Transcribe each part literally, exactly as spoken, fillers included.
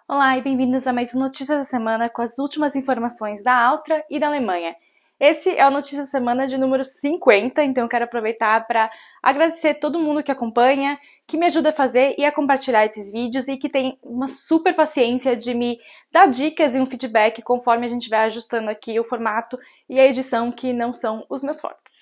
Olá e bem-vindos a mais um Notícias da Semana com as últimas informações da Áustria e da Alemanha. Esse é o Notícias da Semana de número cinquenta, então eu quero aproveitar para agradecer todo mundo que acompanha, que me ajuda a fazer e a compartilhar esses vídeos e que tem uma super paciência de me dar dicas e um feedback conforme a gente vai ajustando aqui o formato e a edição, que não são os meus fortes.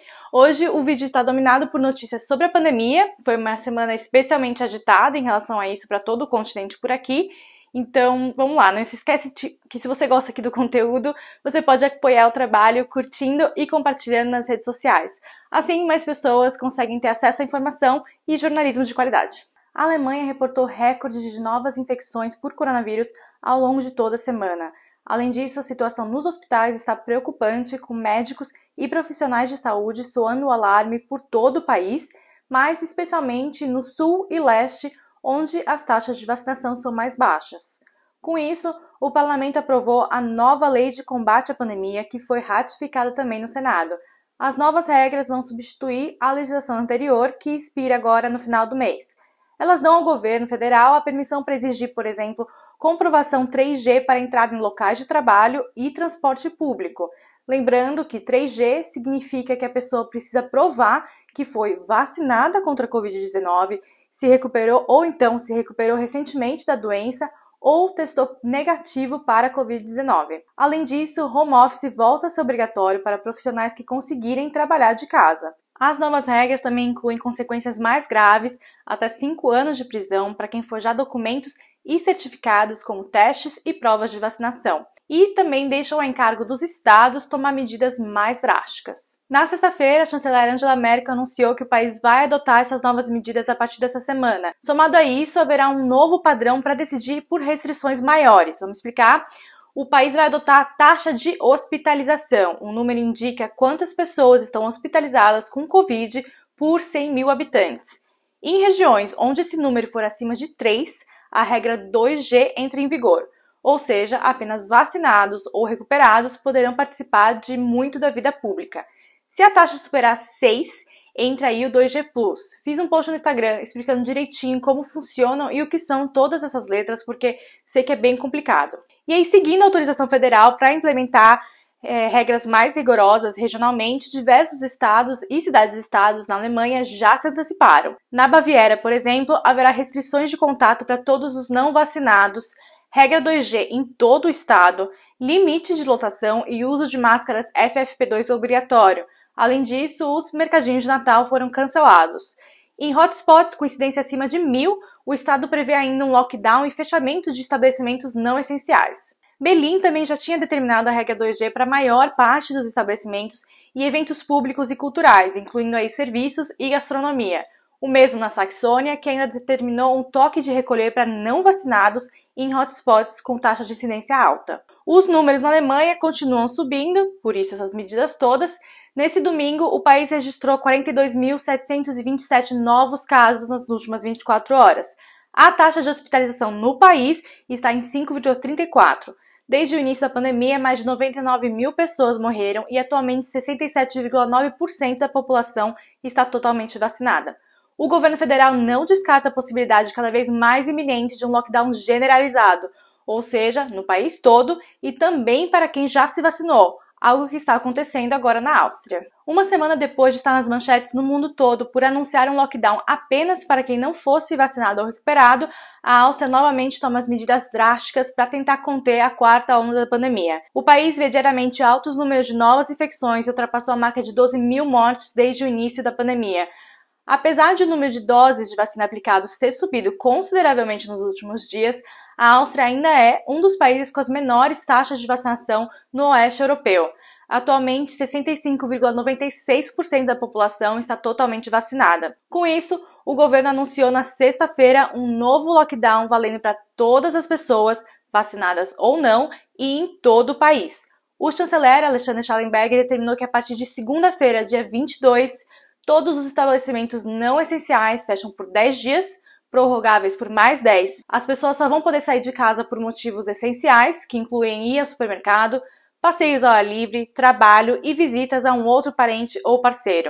Hoje o vídeo está dominado por notícias sobre a pandemia, foi uma semana especialmente agitada em relação a isso para todo o continente por aqui, então vamos lá, não se esquece que se você gosta aqui do conteúdo, você pode apoiar o trabalho curtindo e compartilhando nas redes sociais. Assim, mais pessoas conseguem ter acesso à informação e jornalismo de qualidade. A Alemanha reportou recordes de novas infecções por coronavírus ao longo de toda a semana. Além disso, a situação nos hospitais está preocupante, com médicos e profissionais de saúde soando o alarme por todo o país, mas especialmente no sul e leste, onde as taxas de vacinação são mais baixas. Com isso, o parlamento aprovou a nova lei de combate à pandemia, que foi ratificada também no Senado. As novas regras vão substituir a legislação anterior, que expira agora no final do mês. Elas dão ao governo federal a permissão para exigir, por exemplo, comprovação três G para entrada em locais de trabalho e transporte público. Lembrando que três G significa que a pessoa precisa provar que foi vacinada contra a covid dezenove, se recuperou ou então se recuperou recentemente da doença ou testou negativo para a covid dezenove. Além disso, o home office volta a ser obrigatório para profissionais que conseguirem trabalhar de casa. As novas regras também incluem consequências mais graves, até cinco anos de prisão para quem forjar documentos e certificados como testes e provas de vacinação. E também deixam a encargo dos estados tomar medidas mais drásticas. Na sexta-feira, a chanceler Angela Merkel anunciou que o país vai adotar essas novas medidas a partir dessa semana. Somado a isso, haverá um novo padrão para decidir por restrições maiores. Vamos explicar? O país vai adotar a taxa de hospitalização. O número indica quantas pessoas estão hospitalizadas com Covid por cem mil habitantes. Em regiões onde esse número for acima de três, a regra dois G entra em vigor, ou seja, apenas vacinados ou recuperados poderão participar de muito da vida pública. Se a taxa superar seis, entra aí o dois G plus. Fiz um post no Instagram explicando direitinho como funcionam e o que são todas essas letras, porque sei que é bem complicado. E aí, seguindo a autorização federal para implementar é, regras mais rigorosas regionalmente, diversos estados e cidades-estados na Alemanha já se anteciparam. Na Baviera, por exemplo, haverá restrições de contato para todos os não vacinados, regra dois G em todo o estado, limites de lotação e uso de máscaras F F P dois obrigatório. Além disso, os mercadinhos de Natal foram cancelados. Em hotspots com incidência acima de mil, o estado prevê ainda um lockdown e fechamento de estabelecimentos não essenciais. Berlim também já tinha determinado a regra dois G para a maior parte dos estabelecimentos e eventos públicos e culturais, incluindo aí serviços e gastronomia. O mesmo na Saxônia, que ainda determinou um toque de recolher para não vacinados em hotspots com taxa de incidência alta. Os números na Alemanha continuam subindo, por isso essas medidas todas. Nesse domingo, o país registrou quarenta e dois mil setecentos e vinte e sete novos casos nas últimas vinte e quatro horas. A taxa de hospitalização no país está em cinco vírgula trinta e quatro. Desde o início da pandemia, mais de noventa e nove mil pessoas morreram e atualmente sessenta e sete vírgula nove por cento da população está totalmente vacinada. O governo federal não descarta a possibilidade cada vez mais iminente de um lockdown generalizado, ou seja, no país todo e também para quem já se vacinou, algo que está acontecendo agora na Áustria. Uma semana depois de estar nas manchetes no mundo todo por anunciar um lockdown apenas para quem não fosse vacinado ou recuperado, a Áustria novamente toma as medidas drásticas para tentar conter a quarta onda da pandemia. O país vê diariamente altos números de novas infecções e ultrapassou a marca de doze mil mortes desde o início da pandemia. Apesar de o número de doses de vacina aplicados ter subido consideravelmente nos últimos dias, a Áustria ainda é um dos países com as menores taxas de vacinação no oeste europeu. Atualmente, sessenta e cinco vírgula noventa e seis por cento da população está totalmente vacinada. Com isso, o governo anunciou na sexta-feira um novo lockdown valendo para todas as pessoas, vacinadas ou não, e em todo o país. O chanceler Alexander Schallenberg determinou que a partir de segunda-feira, dia vinte e dois, todos os estabelecimentos não essenciais fecham por dez dias, prorrogáveis por mais dez. As pessoas só vão poder sair de casa por motivos essenciais, que incluem ir ao supermercado, passeios ao ar livre, trabalho e visitas a um outro parente ou parceiro.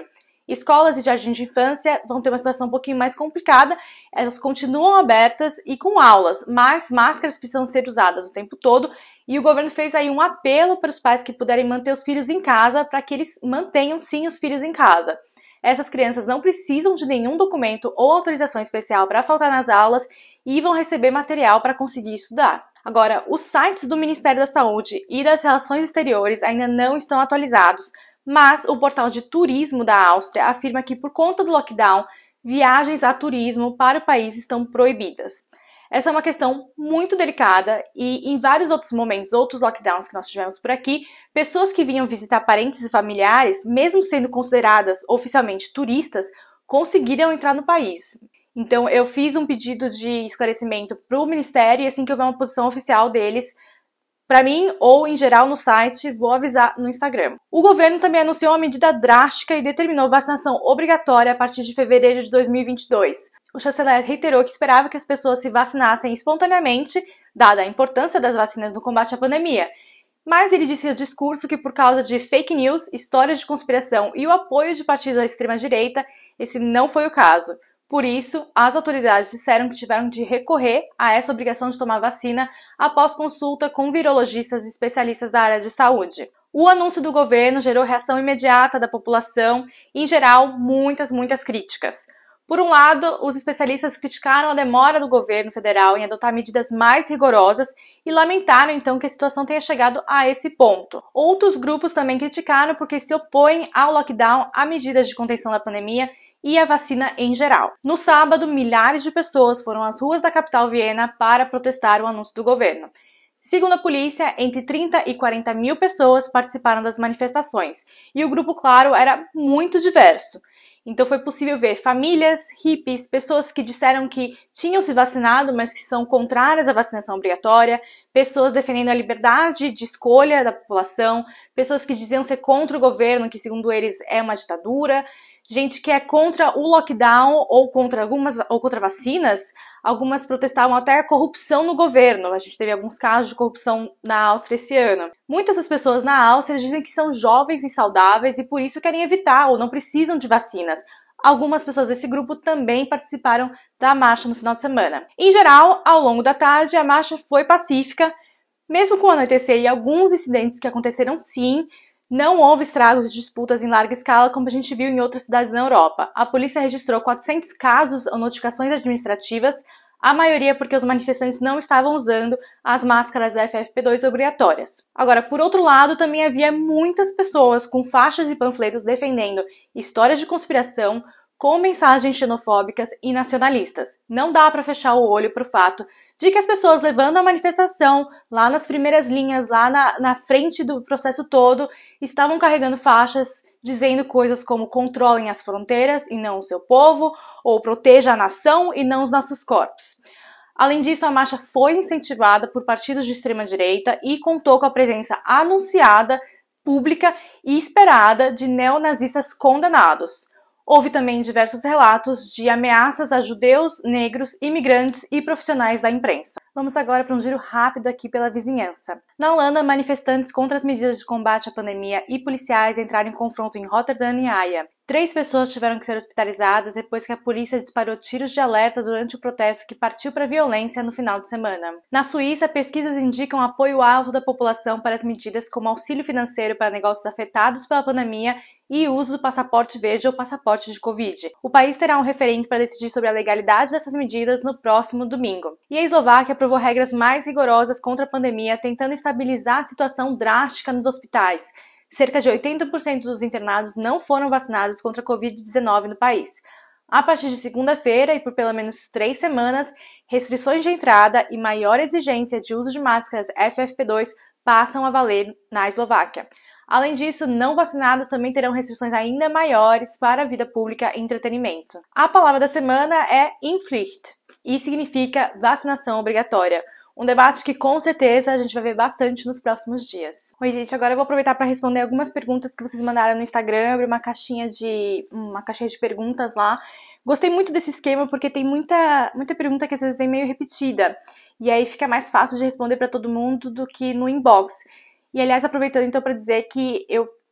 Escolas e jardins de infância vão ter uma situação um pouquinho mais complicada, elas continuam abertas e com aulas, mas máscaras precisam ser usadas o tempo todo e o governo fez aí um apelo para os pais que puderem manter os filhos em casa, para que eles mantenham sim os filhos em casa. Essas crianças não precisam de nenhum documento ou autorização especial para faltar nas aulas e vão receber material para conseguir estudar. Agora, os sites do Ministério da Saúde e das Relações Exteriores ainda não estão atualizados, mas o portal de turismo da Áustria afirma que, por conta do lockdown, viagens a turismo para o país estão proibidas. Essa é uma questão muito delicada e em vários outros momentos, outros lockdowns que nós tivemos por aqui, pessoas que vinham visitar parentes e familiares, mesmo sendo consideradas oficialmente turistas, conseguiram entrar no país. Então eu fiz um pedido de esclarecimento para o Ministério e assim que houver uma posição oficial deles, para mim ou em geral no site, vou avisar no Instagram. O governo também anunciou uma medida drástica e determinou vacinação obrigatória a partir de fevereiro de dois mil e vinte e dois. O chanceler reiterou que esperava que as pessoas se vacinassem espontaneamente, dada a importância das vacinas no combate à pandemia. Mas ele disse no discurso que por causa de fake news, histórias de conspiração e o apoio de partidos da extrema-direita, esse não foi o caso. Por isso, as autoridades disseram que tiveram de recorrer a essa obrigação de tomar vacina após consulta com virologistas e especialistas da área de saúde. O anúncio do governo gerou reação imediata da população e, em geral, muitas, muitas críticas. Por um lado, os especialistas criticaram a demora do governo federal em adotar medidas mais rigorosas e lamentaram, então, que a situação tenha chegado a esse ponto. Outros grupos também criticaram porque se opõem ao lockdown, a medidas de contenção da pandemia e a vacina em geral. No sábado, milhares de pessoas foram às ruas da capital Viena para protestar o anúncio do governo. Segundo a polícia, entre trinta e quarenta mil pessoas participaram das manifestações, e o grupo, claro, era muito diverso. Então foi possível ver famílias, hippies, pessoas que disseram que tinham se vacinado, mas que são contrárias à vacinação obrigatória, pessoas defendendo a liberdade de escolha da população, pessoas que diziam ser contra o governo, que segundo eles é uma ditadura, gente que é contra o lockdown ou contra algumas ou contra vacinas. Algumas protestavam até a corrupção no governo. A gente teve alguns casos de corrupção na Áustria esse ano. Muitas das pessoas na Áustria dizem que são jovens e saudáveis e por isso querem evitar ou não precisam de vacinas. Algumas pessoas desse grupo também participaram da marcha no final de semana. Em geral, ao longo da tarde, a marcha foi pacífica, mesmo com o anoitecer e alguns incidentes que aconteceram sim. Não houve estragos e disputas em larga escala, como a gente viu em outras cidades na Europa. A polícia registrou quatrocentos casos ou notificações administrativas, a maioria porque os manifestantes não estavam usando as máscaras F F P dois obrigatórias. Agora, por outro lado, também havia muitas pessoas com faixas e panfletos defendendo histórias de conspiração, com mensagens xenofóbicas e nacionalistas. Não dá para fechar o olho para o fato de que as pessoas levando a manifestação lá nas primeiras linhas, lá na, na frente do processo todo, estavam carregando faixas dizendo coisas como controlem as fronteiras e não o seu povo, ou proteja a nação e não os nossos corpos. Além disso, a marcha foi incentivada por partidos de extrema-direita e contou com a presença anunciada, pública e esperada de neonazistas condenados. Houve também diversos relatos de ameaças a judeus, negros, imigrantes e profissionais da imprensa. Vamos agora para um giro rápido aqui pela vizinhança. Na Holanda, manifestantes contra as medidas de combate à pandemia e policiais entraram em confronto em Rotterdam e Haia. Três pessoas tiveram que ser hospitalizadas depois que a polícia disparou tiros de alerta durante o protesto que partiu para a violência no final de semana. Na Suíça, pesquisas indicam apoio alto da população para as medidas como auxílio financeiro para negócios afetados pela pandemia e uso do passaporte verde ou passaporte de Covid. O país terá um referendo para decidir sobre a legalidade dessas medidas no próximo domingo. E a Eslováquia aprovou regras mais rigorosas contra a pandemia, tentando estabilizar a situação drástica nos hospitais. Cerca de oitenta por cento dos internados não foram vacinados contra a covid dezenove no país. A partir de segunda-feira e por pelo menos três semanas, restrições de entrada e maior exigência de uso de máscaras F F P dois passam a valer na Eslováquia. Além disso, não vacinados também terão restrições ainda maiores para a vida pública e entretenimento. A palavra da semana é Impflicht e significa vacinação obrigatória. Um debate que com certeza a gente vai ver bastante nos próximos dias. Oi, gente, agora eu vou aproveitar para responder algumas perguntas que vocês mandaram no Instagram, abri uma caixinha de uma caixinha de perguntas lá. Gostei muito desse esquema porque tem muita muita pergunta que às vezes vem meio repetida e aí fica mais fácil de responder para todo mundo do que no inbox. E aliás, aproveitando então para dizer que eu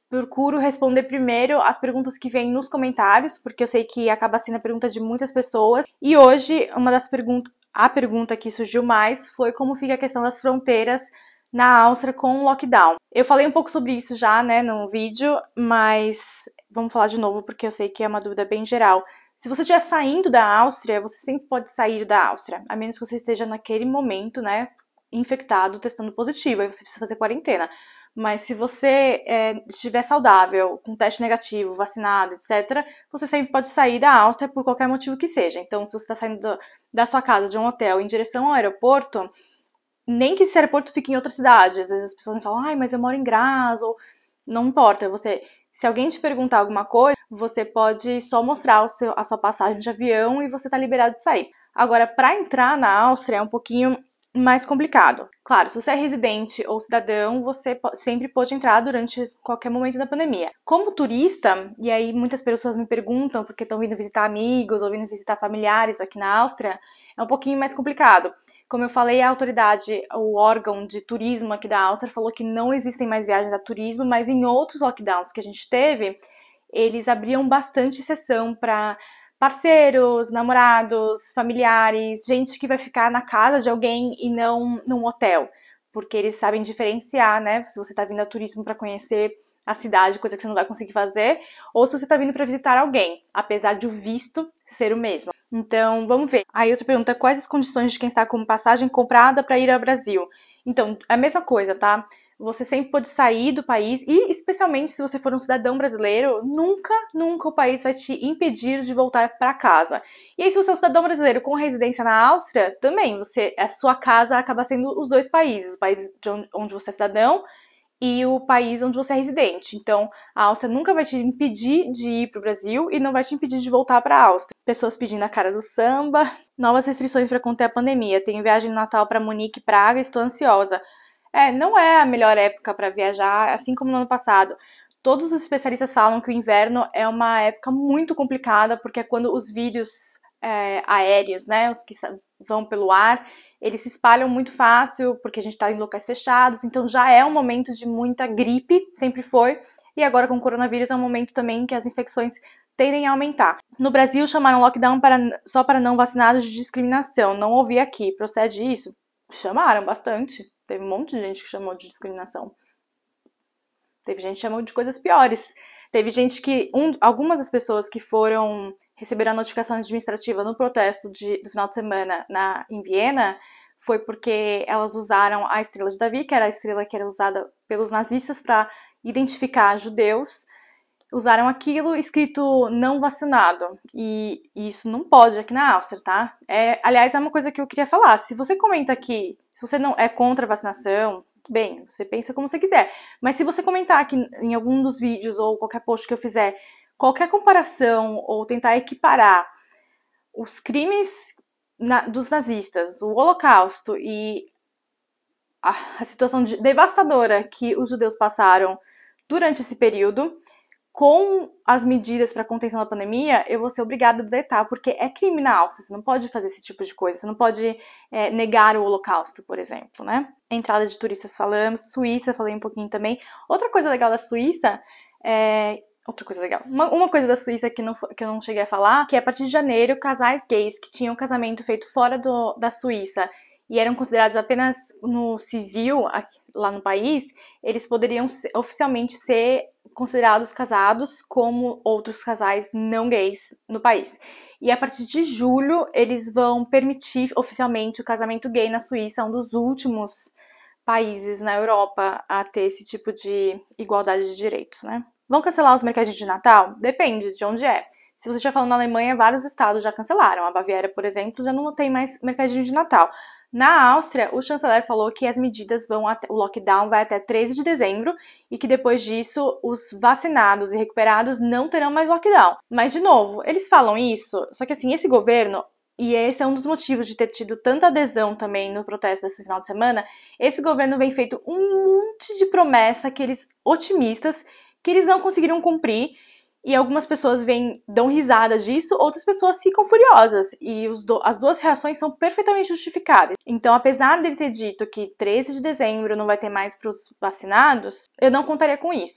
procuro responder primeiro as perguntas que vêm nos comentários, porque eu sei que acaba sendo a pergunta de muitas pessoas. E hoje, uma das perguntas, a pergunta que surgiu mais foi como fica a questão das fronteiras na Áustria com o lockdown. Eu falei um pouco sobre isso já, né, no vídeo, mas vamos falar de novo porque eu sei que é uma dúvida bem geral. Se você estiver saindo da Áustria, você sempre pode sair da Áustria, a menos que você esteja naquele momento, né, infectado, testando positivo, aí você precisa fazer quarentena. Mas se você é, estiver saudável, com teste negativo, vacinado, etcétera, você sempre pode sair da Áustria por qualquer motivo que seja. Então, se você está saindo do, da sua casa, de um hotel, em direção ao aeroporto, nem que esse aeroporto fique em outra cidade. Às vezes as pessoas me falam, ai, mas eu moro em Graz, ou... Não importa, você... Se alguém te perguntar alguma coisa, você pode só mostrar o seu, a sua passagem de avião e você está liberado de sair. Agora, para entrar na Áustria é um pouquinho mais complicado. Claro, se você é residente ou cidadão, você sempre pode entrar durante qualquer momento da pandemia. Como turista, e aí muitas pessoas me perguntam porque estão vindo visitar amigos ou vindo visitar familiares aqui na Áustria, é um pouquinho mais complicado. Como eu falei, a autoridade, o órgão de turismo aqui da Áustria falou que não existem mais viagens a turismo, mas em outros lockdowns que a gente teve, eles abriam bastante exceção para parceiros, namorados, familiares, gente que vai ficar na casa de alguém e não num hotel, porque eles sabem diferenciar, né? Se você está vindo a turismo para conhecer a cidade, coisa que você não vai conseguir fazer, ou se você está vindo para visitar alguém, apesar de o visto ser o mesmo. Então, vamos ver. Aí outra pergunta, quais as condições de quem está com passagem comprada para ir ao Brasil? Então, a mesma coisa, tá? Você sempre pode sair do país e, especialmente se você for um cidadão brasileiro, nunca, nunca o país vai te impedir de voltar para casa. E aí, se você é um cidadão brasileiro com residência na Áustria, também, você, a sua casa acaba sendo os dois países, o país de onde você é cidadão e o país onde você é residente. Então, a Áustria nunca vai te impedir de ir para o Brasil e não vai te impedir de voltar para a Áustria. Pessoas pedindo a cara do samba. Novas restrições para conter a pandemia. Tenho viagem no Natal para Munique e Praga, estou ansiosa. É, não é a melhor época para viajar, assim como no ano passado. Todos os especialistas falam que o inverno é uma época muito complicada, porque é quando os vírus é, aéreos, né, os que vão pelo ar, eles se espalham muito fácil, porque a gente está em locais fechados, então já é um momento de muita gripe, sempre foi, e agora com o coronavírus é um momento também que as infecções tendem a aumentar. No Brasil, chamaram lockdown para, só para não vacinados de discriminação, não ouvi aqui, procede isso? Chamaram bastante. Teve um monte de gente que chamou de discriminação. Teve gente que chamou de coisas piores. Teve gente que... Um, algumas das pessoas que foram receber a notificação administrativa no protesto de, do final de semana na, em Viena foi porque elas usaram a estrela de Davi, que era a estrela que era usada pelos nazistas para identificar judeus. Usaram aquilo escrito não vacinado. E isso não pode aqui na Áustria, tá? É, aliás, é uma coisa que eu queria falar. Se você comenta aqui, se você não é contra a vacinação, bem, você pensa como você quiser. Mas se você comentar aqui em algum dos vídeos ou qualquer post que eu fizer, qualquer comparação ou tentar equiparar os crimes na, dos nazistas, o Holocausto e a, a situação de, devastadora que os judeus passaram durante esse período, com as medidas para contenção da pandemia, eu vou ser obrigada a deletar, porque é criminal, você não pode fazer esse tipo de coisa, você não pode é, negar o Holocausto, por exemplo, né? Entrada de turistas falamos, Suíça, falei um pouquinho também. Outra coisa legal da Suíça, é... outra coisa legal, uma, uma coisa da Suíça que, não, que eu não cheguei a falar, que é a partir de janeiro, casais gays que tinham casamento feito fora do, da Suíça e eram considerados apenas no civil, aqui, lá no país, eles poderiam ser, oficialmente ser considerados casados como outros casais não gays no país. E a partir de julho, eles vão permitir oficialmente o casamento gay na Suíça, um dos últimos países na Europa a ter esse tipo de igualdade de direitos, né? Vão cancelar os mercadinhos de Natal? Depende de onde é. Se você estiver falando na Alemanha, vários estados já cancelaram. A Baviera, por exemplo, já não tem mais mercadinho de Natal. Na Áustria, o chanceler falou que as medidas vão até, o lockdown vai até treze de dezembro e que depois disso os vacinados e recuperados não terão mais lockdown. Mas, de novo, eles falam isso, só que assim, esse governo, e esse é um dos motivos de ter tido tanta adesão também no protesto desse final de semana, esse governo vem feito um monte de promessa que eles, otimistas, que eles não conseguiram cumprir. E algumas pessoas vêm, dão risada disso, outras pessoas ficam furiosas. E os do, as duas reações são perfeitamente justificáveis. Então, apesar dele ter dito que treze de dezembro não vai ter mais para os vacinados, eu não contaria com isso.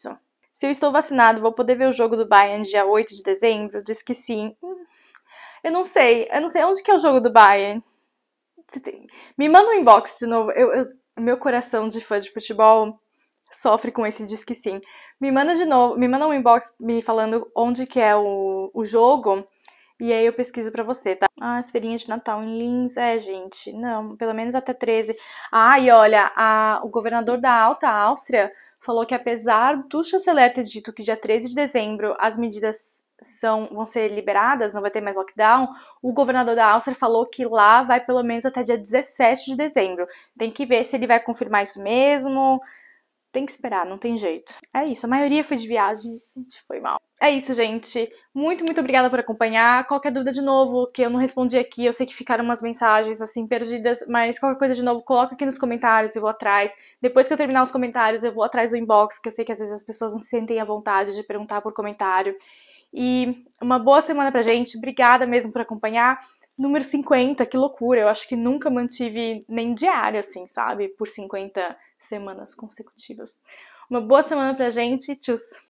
Se eu estou vacinado, vou poder ver o jogo do Bayern dia oito de dezembro? Diz que sim. Eu não sei, eu não sei onde que é o jogo do Bayern. Tem... Me manda um inbox de novo. Eu, eu, meu coração de fã de futebol sofre com esse diz que sim. Me manda de novo, me manda um inbox me falando onde que é o, o jogo. E aí eu pesquiso pra você, tá? Ah, as feirinhas de Natal em Linz. É, gente, não, pelo menos até treze. Ah, e olha, a, o governador da Alta Áustria falou que apesar do chanceler ter dito que dia treze de dezembro as medidas são, vão ser liberadas, não vai ter mais lockdown, o governador da Áustria falou que lá vai pelo menos até dia dezessete de dezembro. Tem que ver se ele vai confirmar isso mesmo. Tem que esperar, não tem jeito. É isso, a maioria foi de viagem, a gente foi mal. É isso, gente. Muito, muito obrigada por acompanhar. Qualquer dúvida de novo que eu não respondi aqui, eu sei que ficaram umas mensagens assim perdidas, mas qualquer coisa de novo, coloca aqui nos comentários, eu vou atrás. Depois que eu terminar os comentários, eu vou atrás do inbox, que eu sei que às vezes as pessoas não se sentem à vontade de perguntar por comentário. E uma boa semana pra gente. Obrigada mesmo por acompanhar. Número cinquenta, que loucura. Eu acho que nunca mantive nem diário, assim, sabe? Por cinquenta semanas consecutivas. Uma boa semana pra gente. Tchau!